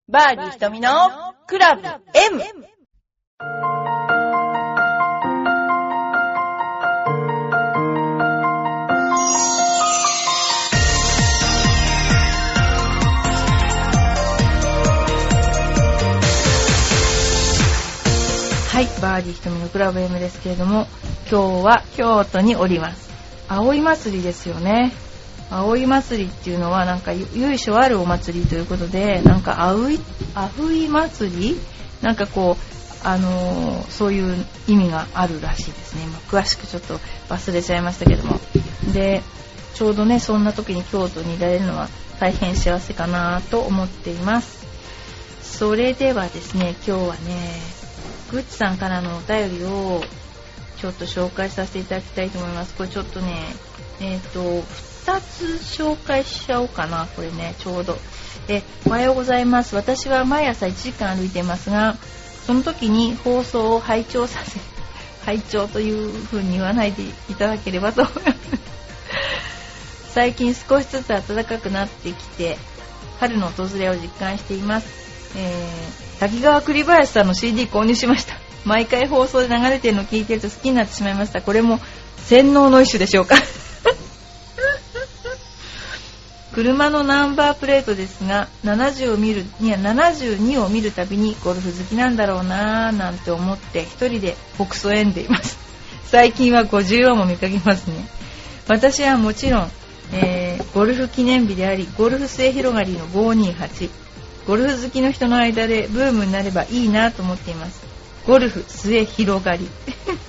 バーディー瞳のクラブ M。はい、バーディー瞳のクラブ M ですけれども、今日は京都におります。葵祭りですよね。葵祭りっていうのはなんか由緒あるお祭りということで、なんか葵祭りなんかこうそういう意味があるらしいですね。詳しくちょっと忘れちゃいましたけども、でちょうどねそんな時に京都にいられるのは大変幸せかなと思っています。それではですね、今日はねぐっちさんからのお便りをちょっと紹介させていただきたいと思います。これちょっとね2つ紹介しちゃおうかな。これねちょうどおはようございます。私は毎朝1時間歩いていますが、その時に放送を拝聴という風に言わないでいただければと思います。最近少しずつ暖かくなってきて春の訪れを実感しています。滝川栗林さんの CD 購入しました。毎回放送で流れているのを聞いていると好きになってしまいました。これも洗脳の一種でしょうか。車のナンバープレートですが72を見るたびにゴルフ好きなんだろうなぁなんて思って一人で北総園でいます。最近は54も見かけますね。私はもちろん、ゴルフ記念日でありゴルフ末広がりの528、ゴルフ好きの人の間でブームになればいいなと思っています。ゴルフ末広がり。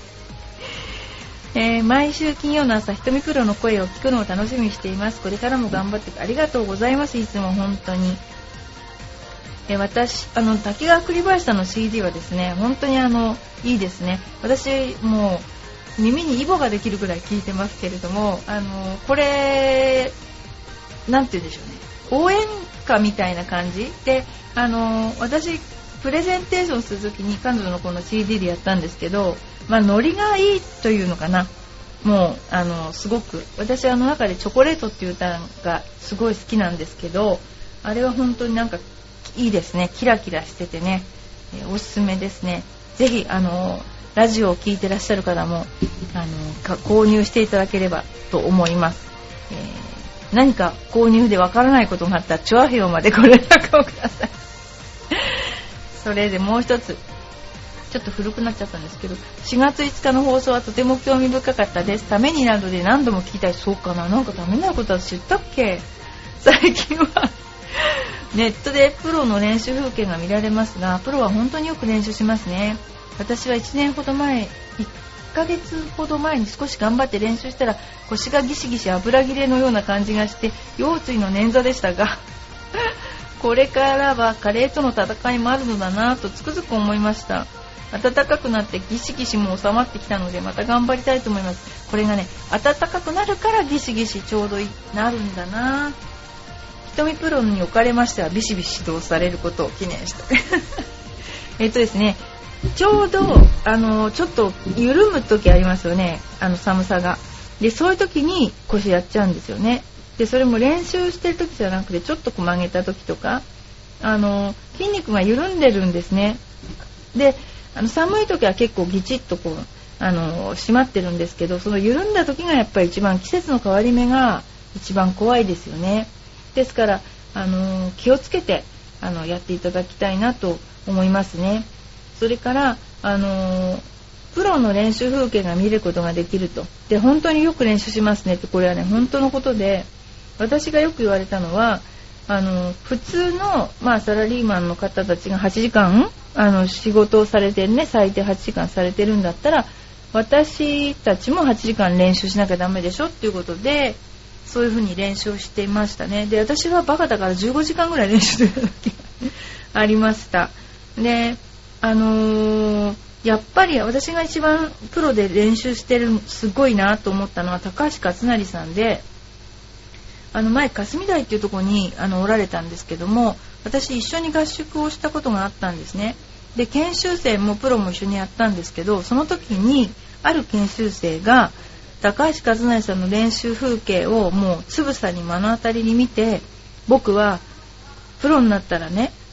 毎週金曜の朝ひとみプロの声を聞くのを楽しみにしています。これからも頑張ってありがとうございます。いつも本当に、私滝川栗林さんの CD はですね本当にいいですね。私もう耳にイボができるぐらい聞いてますけれども、これなんて言うんでしょうね、応援歌みたいな感じで私プレゼンテーションするときに彼女のこの CD でやったんですけど、ノリがいいというのかな。もうすごく私中でチョコレートっていう歌がすごい好きなんですけど、あれは本当になんかいいですね。キラキラしててね、おすすめですね。ぜひラジオを聞いてらっしゃる方も購入していただければと思います。何か購入でわからないことがあったらチョアヘオまでご連絡をください。それでもう一つちょっと古くなっちゃったんですけど、4月5日の放送はとても興味深かったです。ためになるので何度も聞きたい。そうかな、なんかためになることは知ったっけ。最近はネットでプロの練習風景が見られますが、プロは本当によく練習しますね。私は1ヶ月ほど前に少し頑張って練習したら腰がギシギシ油切れのような感じがして腰椎の捻挫でしたがこれからは加齢との戦いもあるのだなとつくづく思いました。暖かくなってギシギシも収まってきたのでまた頑張りたいと思います。これがね暖かくなるからギシギシちょうどなるんだな。瞳プロにおかれましてはビシビシ指導されることを記念してですね、ちょうどちょっと緩む時ありますよね、寒さが。でそういう時に腰やっちゃうんですよね。でそれも練習してる時じゃなくてちょっと曲げた時とか筋肉が緩んでるんですね。で寒い時は結構ギチッとこう締まってるんですけど、その緩んだ時がやっぱり一番季節の変わり目が一番怖いですよね。ですから気をつけてやっていただきたいなと思いますね。それからプロの練習風景が見ることができると。で本当によく練習しますねって、これはね本当のことで、私がよく言われたのは普通の、サラリーマンの方たちが8時間仕事をされてるね、最低8時間されてるんだったら私たちも8時間練習しなきゃダメでしょっていうことで、そういうふうに練習をしていましたね。で私はバカだから15時間ぐらい練習してる時がありました。でやっぱり私が一番プロで練習してるすごいなと思ったのは高橋克成さんで、前霞台っていうところにおられたんですけども、私一緒に合宿をしたことがあったんですね。で研修生もプロも一緒にやったんですけど、その時にある研修生が高橋克成さんの練習風景をもうつぶさに目の当たりに見て、僕はプロになったらね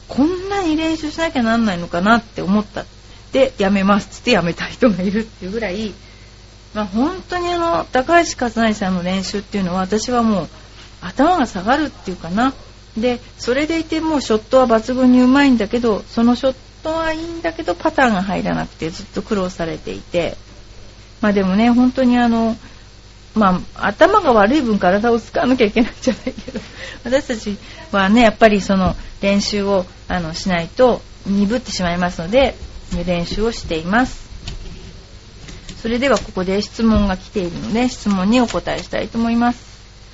こんなに練習しなきゃなんないのかなって思った。でやめますっつってやめた人がいるっていうぐらい、本当に高橋克成さんの練習っていうのは私はもう頭が下がるっていうかな。でそれでいてもうショットは抜群にうまいんだけど、そのショットはいいんだけどパターンが入らなくてずっと苦労されていて、でもね本当に頭が悪い分体を使わなきゃいけないんじゃないけど、私たちはねやっぱりその練習をしないと鈍ってしまいますので練習をしています。それではここで質問が来ているので質問にお答えしたいと思います。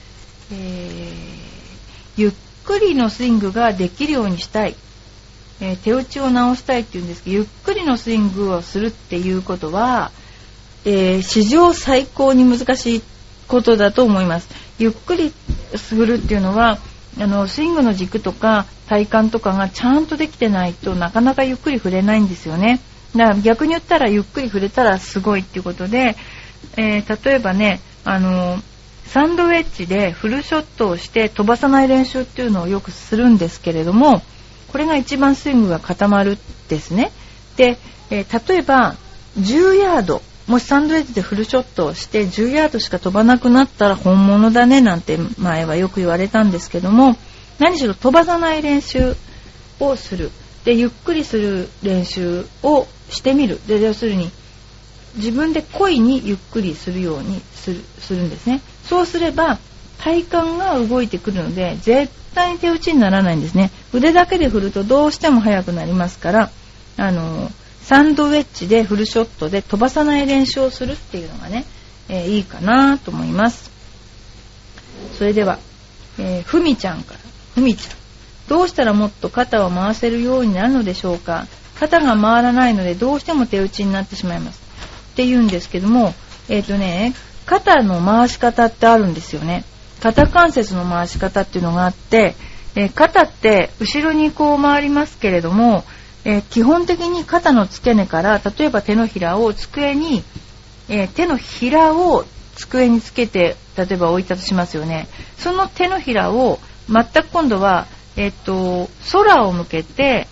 ゆっくりのスイングができるようにしたい、手打ちを直したいっていうんですけど、ゆっくりのスイングをするっていうことは、史上最高に難しいことだと思います。ゆっくりするっていうのはスイングの軸とか体幹とかがちゃんとできてないとなかなかゆっくり振れないんですよね。だから逆に言ったらゆっくり振れたらすごいっていうことで、例えばねサンドウェッジでフルショットをして飛ばさない練習っていうのをよくするんですけれども、これが一番スイングが固まるですね。で、例えば10ヤードもしサンドウェッジでフルショットをして10ヤードしか飛ばなくなったら本物だねなんて前はよく言われたんですけども、何しろ飛ばさない練習をする。でゆっくりする練習をしてみる。で要するに自分で故意にゆっくりするようにするんですね。そうすれば体幹が動いてくるので絶対に手打ちにならないんですね。腕だけで振るとどうしても速くなりますから、サンドウェッジでフルショットで飛ばさない練習をするっていうのがね、いいかなと思います。それでは、ふみちゃんから。ふみちゃん、どうしたらもっと肩を回せるようになるのでしょうか。肩が回らないのでどうしても手打ちになってしまいますって言うんですけども、肩の回し方ってあるんですよね。肩関節の回し方っていうのがあって、肩って後ろにこう回りますけれども、基本的に肩の付け根から例えば手のひらを机に、手のひらを机につけて例えば置いたとしますよね。その手のひらを全く今度は、空を向けて、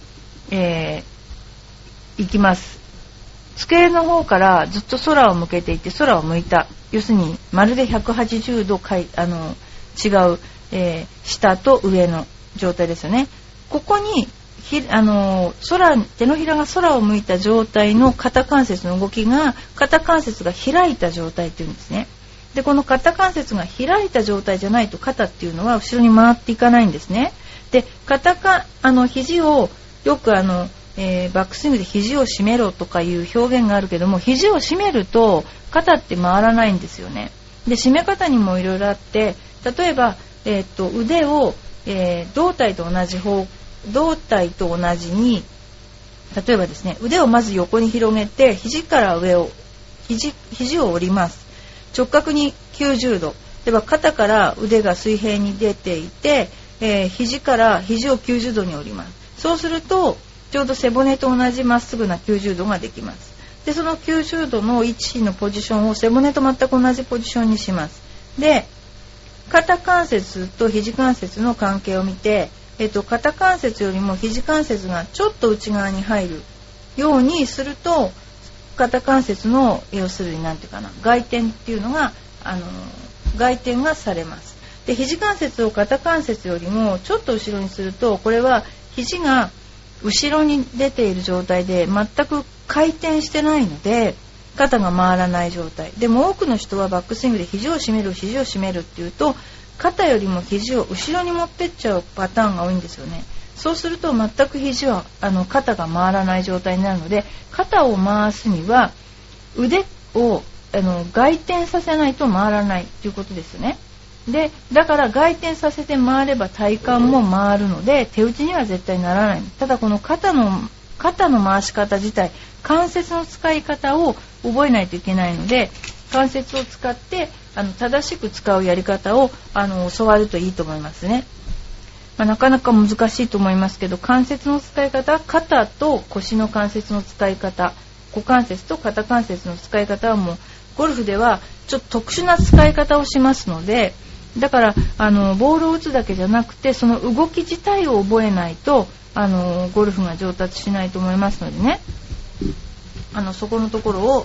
いきます。机の方からずっと空を向けていて空を向いた、要するにまるで180度違う、下と上の状態ですよね。ここに手のひらが空を向いた状態の肩関節の動きが肩関節が開いた状態っていうんですね。でこの肩関節が開いた状態じゃないと肩っていうのは後ろに回っていかないんですね。で肘をよくバックスイングで肘を締めろとかいう表現があるけども、肘を締めると肩って回らないんですよね。で締め方にもいろいろあって、例えば、腕を、胴体と同じに、例えばですね、腕をまず横に広げて肘から上を肘を折ります。直角に90度では肩から腕が水平に出ていて、肘から肘を90度に折ります。そうするとちょうど背骨と同じまっすぐな90度ができます。でその90度の位置のポジションを背骨と全く同じポジションにします。で肩関節と肘関節の関係を見て、肩関節よりも肘関節がちょっと内側に入るようにすると肩関節の要するに何ていうかな、外転っていうのが外転がされます。で肘関節を肩関節よりもちょっと後ろにすると、これは肘が後ろに出ている状態で全く回転してないので肩が回らない状態で、も多くの人はバックスイングで肘を締めるっていうと肩よりも肘を後ろに持ってっちゃうパターンが多いんですよね。そうすると全く肘は肩が回らない状態になるので、肩を回すには腕を外転させないと回らないということですよね。でだから外転させて回れば体幹も回るので手打ちには絶対ならない。ただこの肩の回し方自体、関節の使い方を覚えないといけないので、関節を使って正しく使うやり方を教わるといいと思いますね。なかなか難しいと思いますけど、関節の使い方、肩と腰の関節の使い方、股関節と肩関節の使い方はもうゴルフではちょっと特殊な使い方をしますので、 だからボールを打つだけじゃなくてその動き自体を覚えないとゴルフが上達しないと思いますのでね、そこのところを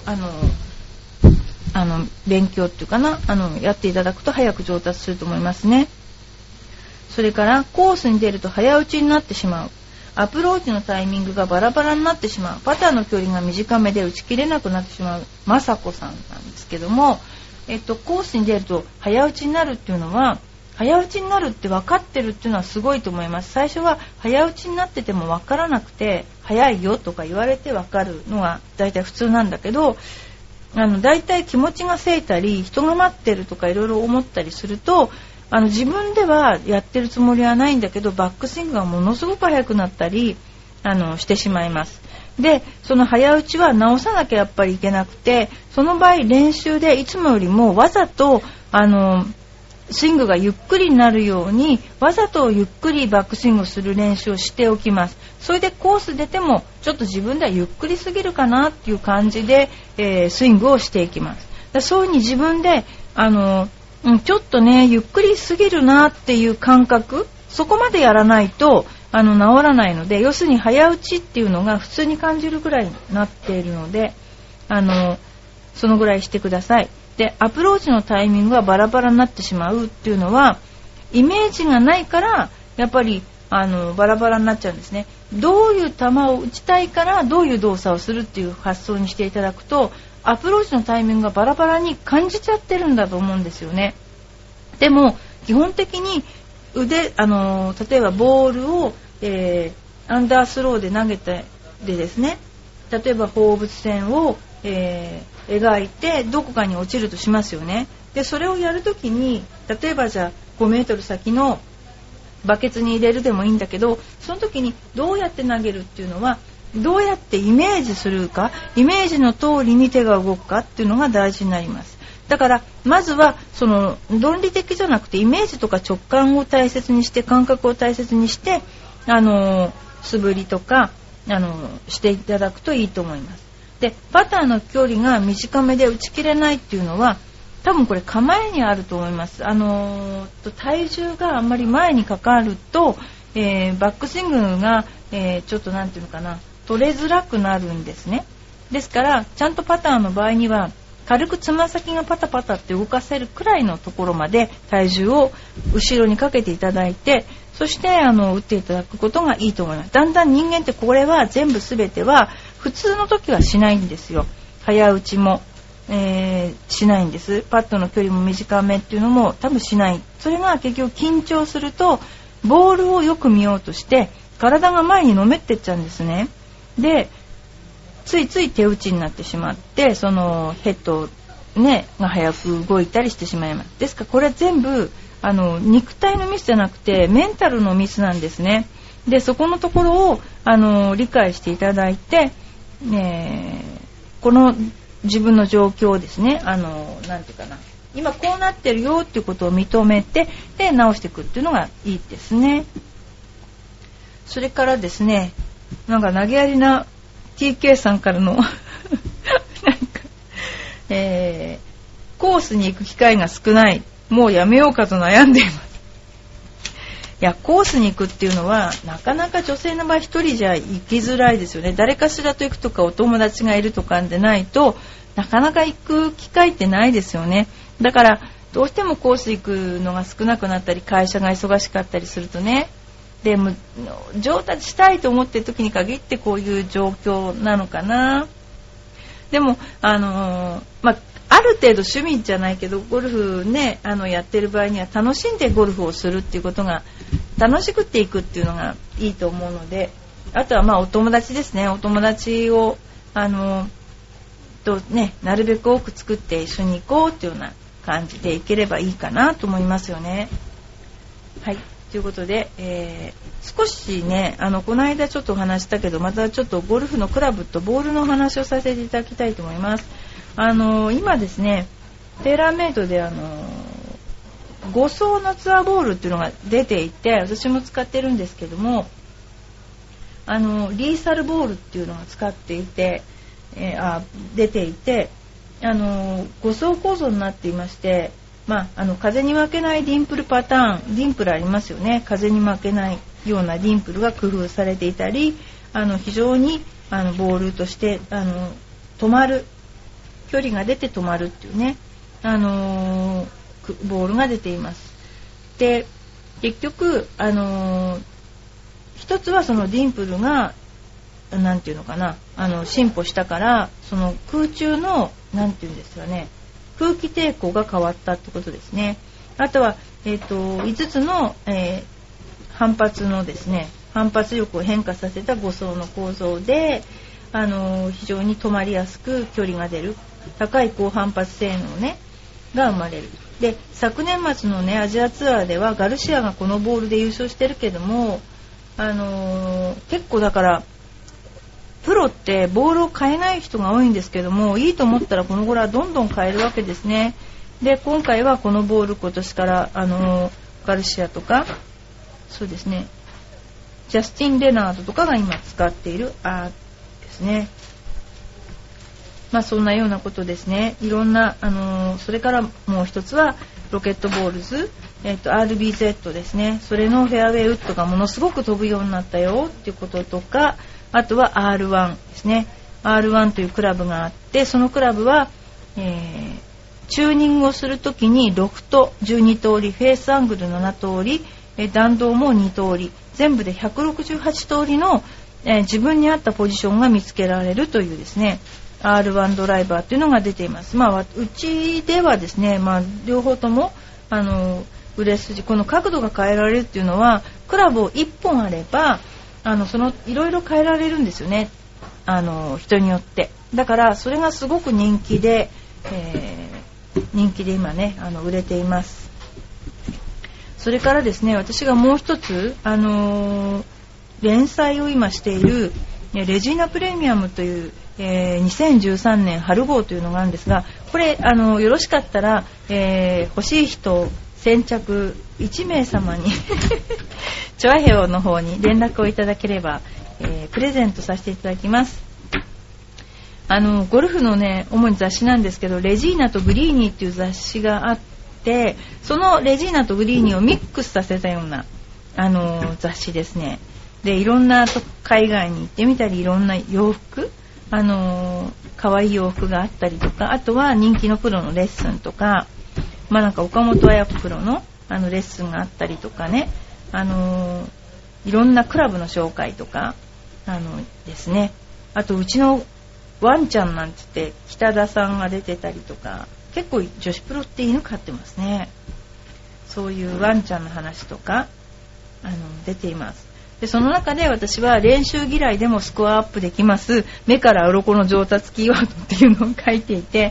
勉強っていうかなやっていただくと早く上達すると思いますね。それからコースに出ると早打ちになってしまう。アプローチのタイミングがバラバラになってしまう。パターの距離が短めで打ち切れなくなってしまう。まさこさんなんですけども、コースに出ると早打ちになるっていうのは、早打ちになるって分かってるっていうのはすごいと思います。最初は早打ちになってても分からなくて、早いよとか言われて分かるのが大体普通なんだけど、大体気持ちがせいたり、人が待ってるとかいろいろ思ったりすると、自分ではやってるつもりはないんだけど、バックスイングがものすごく速くなったりしてしまいます。で、その早打ちは直さなきゃやっぱりいけなくて、その場合練習でいつもよりもわざとスイングがゆっくりになるようにわざとゆっくりバックスイングをする練習をしておきます。それでコース出てもちょっと自分ではゆっくりすぎるかなっていう感じで、スイングをしていきます。そういうふうに自分でちょっとねゆっくりすぎるなっていう感覚、そこまでやらないと治らないので、要するに早打ちっていうのが普通に感じるぐらいになっているのでそのぐらいしてください。で、アプローチのタイミングがバラバラになってしまうっていうのはイメージがないからやっぱりバラバラになっちゃうんですね。どういう球を打ちたいからどういう動作をするっていう発想にしていただくと、アプローチのタイミングがバラバラに感じちゃってるんだと思うんですよね。でも基本的に例えばボールを、アンダースローで投げてでですね、例えば放物線を、描いてどこかに落ちるとしますよね。でそれをやるときに例えばじゃあ5メートル先のバケツに入れるでもいいんだけど、その時にどうやって投げるっていうのはどうやってイメージするか、イメージの通りに手が動くかっていうのが大事になります。だからまずはその論理的じゃなくてイメージとか直感を大切にして、感覚を大切にして素振りとかしていただくといいと思います。でパターの距離が短めで打ち切れないっていうのは多分これ構えにあると思います。体重があんまり前にかかると、バックスイングが、ちょっとなんていうのかな、取れづらくなるんですね。ですからちゃんとパターの場合には軽くつま先がパタパタって動かせるくらいのところまで体重を後ろにかけていただいて、そして打っていただくことがいいと思います。だんだん人間ってこれは全部全ては普通の時はしないんですよ。早打ちも、しないんです。パットの距離も短めっていうのも多分しない。それが結局緊張するとボールをよく見ようとして体が前にのめってっちゃうんですね。でついつい手打ちになってしまってそのヘッド、が早く動いたりしてしまいます。ですからこれは全部肉体のミスじゃなくてメンタルのミスなんですね。でそこのところを理解していただいて、この自分の状況をですねなんていうかな、今こうなってるよっていうことを認めてで直していくっていうのがいいですね。それからですね、なんか投げやりな TK さんからのなんか、コースに行く機会が少ない、もうやめようかと悩んでいます。いやコースに行くっていうのはなかなか女性の場合一人じゃ行きづらいですよね。誰かしらと行くとかお友達がいるとかでないとなかなか行く機会ってないですよね。だからどうしてもコース行くのが少なくなったり会社が忙しかったりするとね、でも上達したいと思っている時に限ってこういう状況なのかな。でもある程度趣味じゃないけどゴルフねやってる場合には楽しんでゴルフをするっていうことが楽しくっていくっていうのがいいと思うので、あとはお友達ですね。お友達をなるべく多く作って一緒に行こうっていうような感じでいければいいかなと思いますよね。はい、ということで、少しねこの間ちょっとお話したけどまたちょっとゴルフのクラブとボールのお話をさせていただきたいと思います。今ですねテーラーメイドで5層のツアーボールっていうのが出ていて私も使ってるんですけどもリーサルボールっていうのが使っていて、出ていて5層構造になっていまして風に負けないディンプルパターン、ディンプルありますよね。風に負けないようなディンプルが工夫されていたり、非常にボールとして止まる、距離が出て止まるっていうね、ボールが出ています。で、結局一つはそのディンプルがなんていうのかな、進歩したから、その空中のなんていうんですかね、空気抵抗が変わったってことですね。あとは、5つの、反発のですね、反発力を変化させた5層の構造で、非常に止まりやすく距離が出る、高い高反発性能ねが生まれる。で、昨年末のねアジアツアーではガルシアがこのボールで優勝してるけども、結構だからプロってボールを変えない人が多いんですけども、いいと思ったらこの頃はどんどん変えるわけですね。で、今回はこのボール、今年からガルシアとか、そうですね、ジャスティン・レナードとかが今使っているですね。そんなようなことですね。いろんなそれからもう一つはロケットボールズ、RBZ ですね。それのフェアウェイウッドがものすごく飛ぶようになったよっていうこととか、あとは R1 ですね。R1 というクラブがあって、そのクラブは、チューニングをするときにロフト12通り、フェースアングル7通り、弾道も2通り、全部で168通りの、自分に合ったポジションが見つけられるというですね、R1 ドライバーというのが出ています。うちではですね、両方とも売れ筋、この角度が変えられるっていうのは、クラブを1本あればいろいろ変えられるんですよね、人によって。だからそれがすごく人気で今ね売れています。それからですね、私がもう一つ連載を今しているレジーナプレミアムという、2013年春号というのがあるんですが、これよろしかったら、欲しい人先着1名様にチョアヘオの方に連絡をいただければ、プレゼントさせていただきます。ゴルフのね主に雑誌なんですけど、レジーナとグリーニーっていう雑誌があって、そのレジーナとグリーニーをミックスさせたような雑誌ですね。で、いろんな海外に行ってみたり、いろんな洋服、可愛い洋服があったりとか、あとは人気のプロのレッスンとか、なんか岡本彩プロのレッスンがあったりとかね、いろんなクラブの紹介とかですね。あとうちのワンちゃんなんて言って北田さんが出てたりとか、結構女子プロって犬飼ってますね。そういうワンちゃんの話とか出ています。で、その中で私は練習嫌いでもスコアアップできます目から鱗の上達キーワードっていうのを書いていて、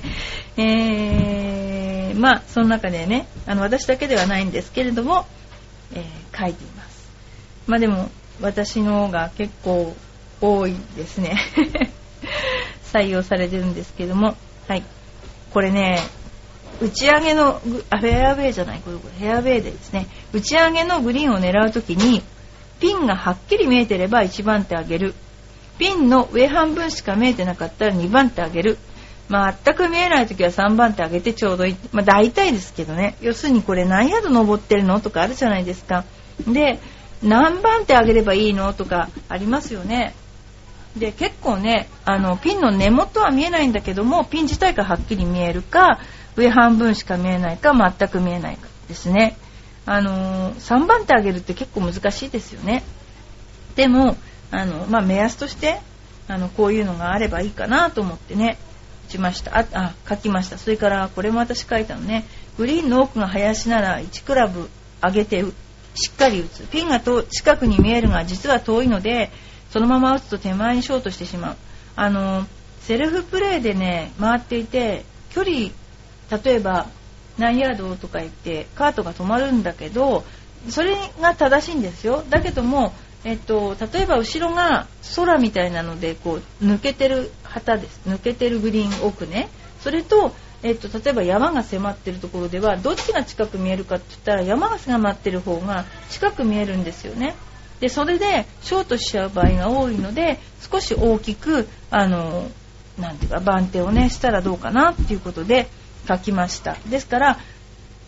その中でね私だけではないんですけれども、書いています。でも私のが結構多いですね採用されてるんですけども、はい、これね打ち上げのフェアウェイじゃない、これフェアウェイでですね、打ち上げのグリーンを狙うときにピンがはっきり見えてれば1番手あげる、ピンの上半分しか見えてなかったら2番手あげる、全く見えないときは3番手あげてちょうどいい、大体ですけどね。要するにこれ何ヤード登ってるのとかあるじゃないですか。で、何番手あげればいいのとかありますよね。で、結構ねピンの根元は見えないんだけども、ピン自体がはっきり見えるか、上半分しか見えないか、全く見えないかですね。3番手あげるって結構難しいですよね。でも目安としてこういうのがあればいいかなと思ってね打ちました。書きました。それからこれも私書いたのね。グリーンの奥が林なら1クラブ上げてしっかり打つ。ピンが近くに見えるが実は遠いので、そのまま打つと手前にショートしてしまう。セルフプレーでね回っていて、距離例えば何ヤードとか言ってカートが止まるんだけど、それが正しいんですよ。だけども、例えば後ろが空みたいなのでこう抜けてる旗です。抜けてるグリーン奥ね。それと、例えば山が迫ってるところではどっちが近く見えるかって言ったら山が迫ってる方が近く見えるんですよね。で、それでショートしちゃう場合が多いので、少し大きくなんていうか番手をねしたらどうかなっていうことで書きました。ですから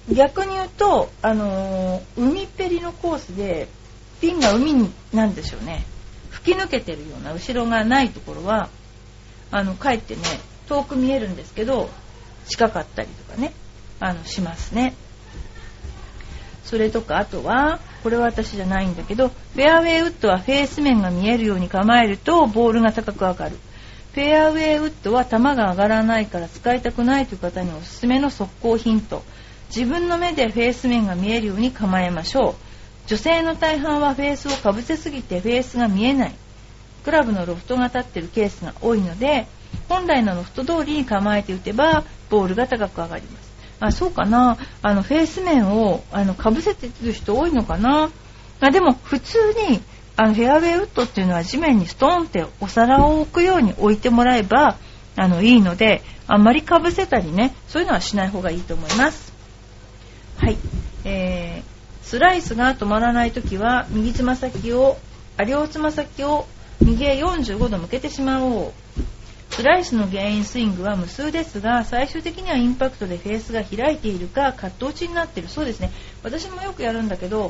逆に言うと、海っぺりのコースでピンが海になんでしょうね、吹き抜けてるような後ろがないところはかえってね遠く見えるんですけど近かったりとかねしますね。それとかあとはこれは私じゃないんだけど、フェアウェイウッドはフェース面が見えるように構えるとボールが高く上がる。フェアウェイウッドは球が上がらないから使いたくないという方におすすめの速攻ヒント。自分の目でフェース面が見えるように構えましょう。女性の大半はフェースをかぶせすぎてフェースが見えない。クラブのロフトが立っているケースが多いので、本来のロフト通りに構えて打てばボールが高く上がります。そうかな、フェース面をかぶせてる人多いのかな。でも普通にフェアウェイウッドっていうのは地面にストーンってお皿を置くように置いてもらえばいいので、あんまりかぶせたりね、そういうのはしない方がいいと思います。はい、スライスが止まらないときは両つま先を右へ45度向けてしまおう。スライスの原因スイングは無数ですが、最終的にはインパクトでフェースが開いているかカット打ちになっている。そうですね、私もよくやるんだけど、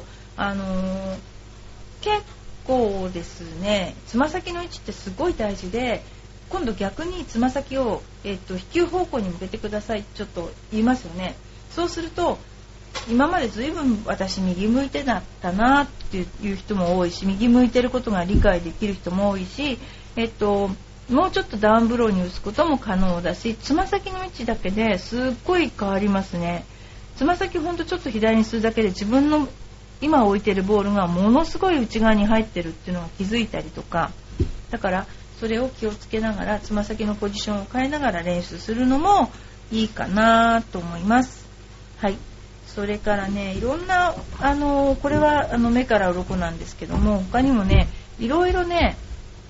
結構ですね、つま先の位置ってすごい大事で、今度逆につま先を、飛球方向に向けてくださいちょっと言いますよね。そうすると今までずいぶん私右向いてだったなっていう人も多いし、右向いてることが理解できる人も多いし、もうちょっとダウンブローに打つことも可能だし、つま先の位置だけですっごい変わりますね。つま先ほんとちょっと左にするだけで自分の今置いてるボールがものすごい内側に入ってるっていうのが気づいたりとか、だからそれを気をつけながらつま先のポジションを変えながら練習するのもいいかなと思います。はい、それからね、いろんなこれは目から鱗なんですけども、他にもねいろいろね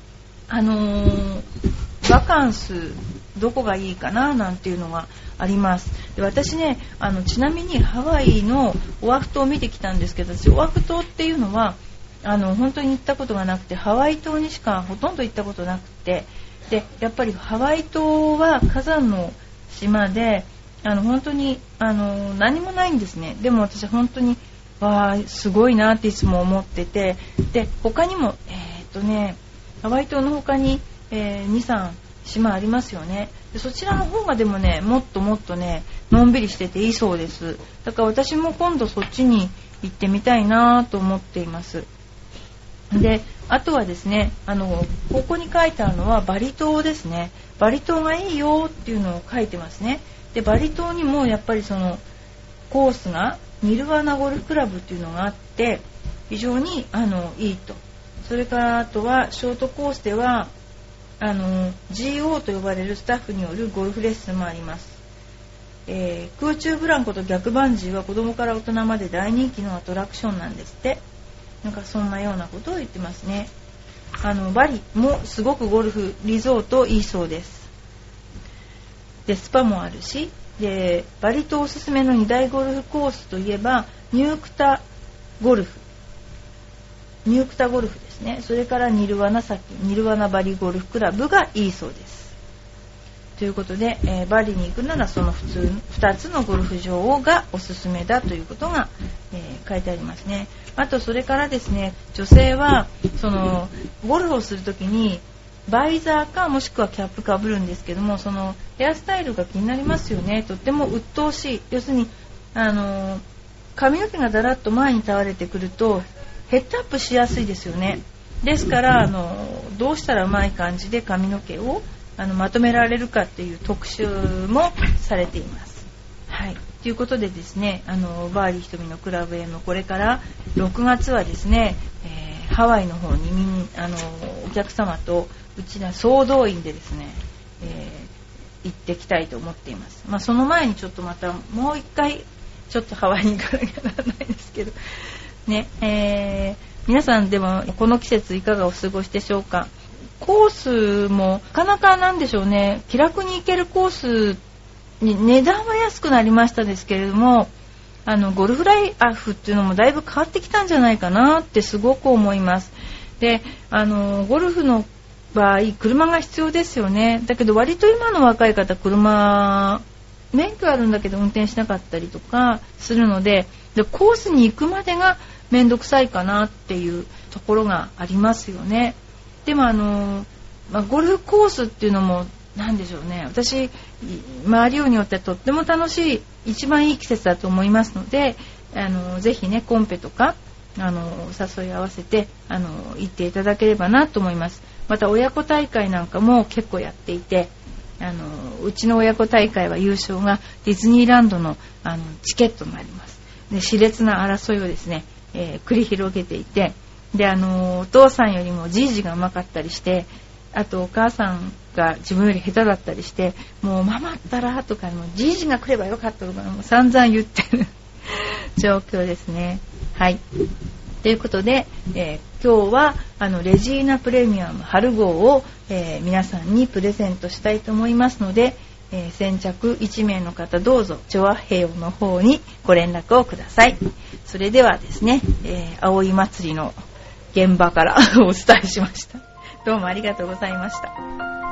バカンスどこがいいかななんていうのがあります。で、私ねちなみにハワイのオアフ島を見てきたんですけど、私オアフ島っていうのは本当に行ったことがなくて、ハワイ島にしかほとんど行ったことなくて、でやっぱりハワイ島は火山の島で本当に何もないんですね。でも私は本当にすごいなっていつも思ってて、で他にもハワイ島の他に、2、3島ありますよね。でそちらの方がでもねもっともっとねのんびりしてていいそうです。だから私も今度そっちに行ってみたいなと思っています。であとはですねここに書いてあるのはバリ島ですね。バリ島がいいよっていうのを書いてますね。でバリ島にもやっぱりそのコースがニルワナゴルフクラブっていうのがあって非常にいいと。それからあとはショートコースではGO と呼ばれるスタッフによるゴルフレッスンもあります。空中ブランコと逆バンジーは子供から大人まで大人気のアトラクションなんですって。なんかそんなようなことを言ってますね。バリもすごくゴルフリゾートいいそうです。でスパもあるし、でバリ島おすすめの2大ゴルフコースといえばニュークタゴルフですね。それからニルワナバリゴルフクラブがいいそうです。ということで、バリに行くならその2つのゴルフ場がおすすめだということが、書いてありますね。あとそれからですね、女性はそのゴルフをするときにバイザーかもしくはキャップかぶるんですけども、そのヘアスタイルが気になりますよね。とっても鬱陶しい。要するに髪の毛がだらっと前に倒れてくるとヘッドアップしやすいですよね。ですからどうしたらうまい感じで髪の毛をまとめられるかっていう特集もされています。はい。ということでですね、バーリー瞳のクラブへのこれから6月はですね、ハワイの方にお客様とうちら総動員でですね、行ってきたいと思っています。その前にちょっとまたもう一回ちょっとハワイに行かなきゃならないんですけどね、皆さんでもこの季節いかがお過ごしでしょうか。コースもなかなかなんでしょうね、気楽に行けるコースに値段は安くなりましたですけれども、ゴルフライフっていうのもだいぶ変わってきたんじゃないかなってすごく思います。でゴルフの場合車が必要ですよね。だけど割と今の若い方車免許あるんだけど運転しなかったりとかするので、コースに行くまでがめんどくさいかなっていうところがありますよね。でもゴルフコースっていうのもなんでしょうね、私回りようによってはとっても楽しい、一番いい季節だと思いますので、ぜひねコンペとかお誘い合わせて行っていただければなと思います。また親子大会なんかも結構やっていて、うちの親子大会は優勝がディズニーランドのチケットになります。で熾烈な争いをですね、繰り広げていて、でお父さんよりもじいじがうまかったりして、あとお母さんが自分より下手だったりして、もうママったらとか、もうじいじが来ればよかったとかもう散々言ってる状況ですね。はい。ということで、今日はレジーナプレミアム春号を、皆さんにプレゼントしたいと思いますので、先着1名の方どうぞチョアヘヨの方にご連絡をください。それではですね、葵祭りの現場からお伝えしました。どうもありがとうございました。